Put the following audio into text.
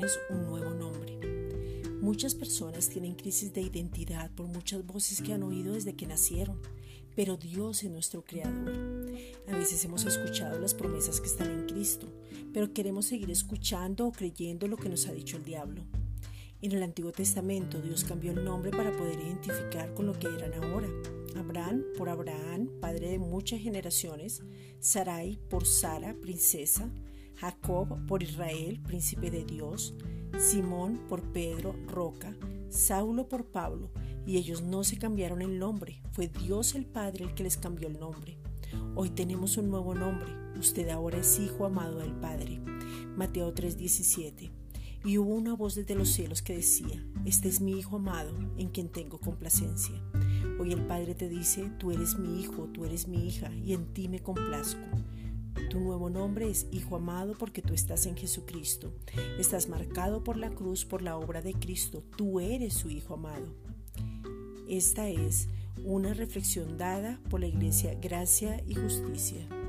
tienes un nuevo nombre. Muchas personas tienen crisis de identidad por muchas voces que han oído desde que nacieron, pero Dios es nuestro creador. A veces hemos escuchado las promesas que están en Cristo, pero queremos seguir escuchando o creyendo lo que nos ha dicho el diablo. En el Antiguo Testamento, Dios cambió el nombre para poder identificar con lo que eran ahora. Abraham por Abraham, padre de muchas generaciones; Sarai por Sara, princesa; Jacob por Israel, príncipe de Dios; Simón por Pedro, roca; Saulo por Pablo. Y ellos no se cambiaron el nombre, fue Dios el Padre el que les cambió el nombre. Hoy tenemos un nuevo nombre, usted ahora es hijo amado del Padre. Mateo 3:17. Y hubo una voz desde los cielos que decía: este es mi Hijo amado, en quien tengo complacencia. Hoy el Padre te dice: tú eres mi hijo, tú eres mi hija, y en ti me complazco. Tu nuevo nombre es Hijo amado porque tú estás en Jesucristo. Estás marcado por la cruz, por la obra de Cristo. Tú eres su Hijo amado. Esta es una reflexión dada por la Iglesia Gracia y Justicia.